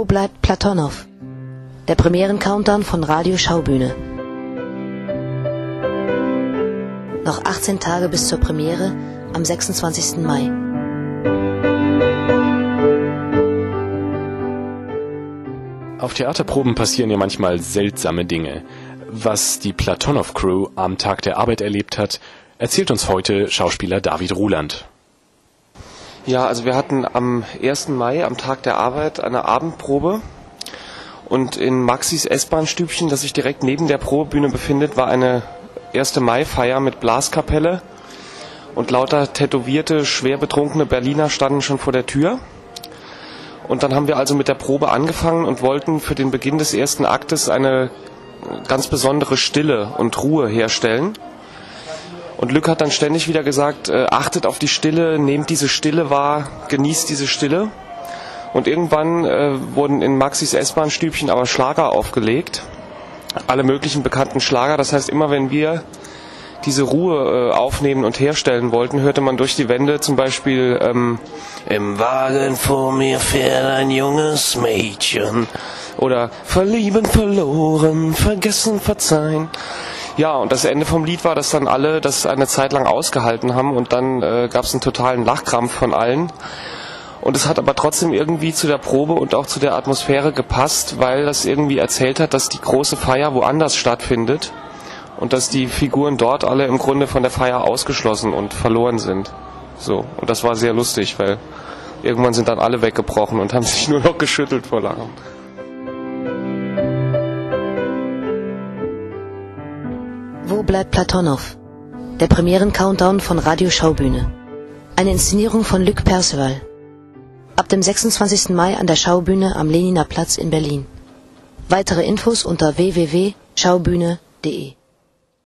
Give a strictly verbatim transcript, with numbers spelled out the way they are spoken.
Wo bleibt Platonow? Der Premieren-Countdown von Radio Schaubühne. Noch achtzehn Tage bis zur Premiere am sechsundzwanzigsten Mai. Auf Theaterproben passieren ja manchmal seltsame Dinge. Was die Platonow-Crew am Tag der Arbeit erlebt hat, erzählt uns heute Schauspieler David Ruland. Ja, also wir hatten am ersten Mai, am Tag der Arbeit, eine Abendprobe. Und in Maxis S-Bahn-Stübchen, das sich direkt neben der Probebühne befindet, war eine erste Mai-Feier mit Blaskapelle. Und lauter tätowierte, schwer betrunkene Berliner standen schon vor der Tür. Und dann haben wir also mit der Probe angefangen und wollten für den Beginn des ersten Aktes eine ganz besondere Stille und Ruhe herstellen. Und Lück hat dann ständig wieder gesagt, äh, achtet auf die Stille, nehmt diese Stille wahr, genießt diese Stille. Und irgendwann äh, wurden in Maxis S-Bahn-Stübchen aber Schlager aufgelegt, alle möglichen bekannten Schlager. Das heißt, immer wenn wir diese Ruhe äh, aufnehmen und herstellen wollten, hörte man durch die Wände zum Beispiel ähm, Im Wagen vor mir fährt ein junges Mädchen oder Verlieben, verloren, vergessen, verzeihen. Ja, und das Ende vom Lied war, dass dann alle das eine Zeit lang ausgehalten haben und dann äh, gab es einen totalen Lachkrampf von allen. Und es hat aber trotzdem irgendwie zu der Probe und auch zu der Atmosphäre gepasst, weil das irgendwie erzählt hat, dass die große Feier woanders stattfindet und dass die Figuren dort alle im Grunde von der Feier ausgeschlossen und verloren sind. So, und das war sehr lustig, weil irgendwann sind dann alle weggebrochen und haben sich nur noch geschüttelt vor Lachen. Wo bleibt Platonow? Der Premieren-Countdown von Radio Schaubühne. Eine Inszenierung von Luc Perceval. Ab dem sechsundzwanzigsten Mai an der Schaubühne am Lehniner Platz in Berlin. Weitere Infos unter w w w punkt schaubühne punkt de.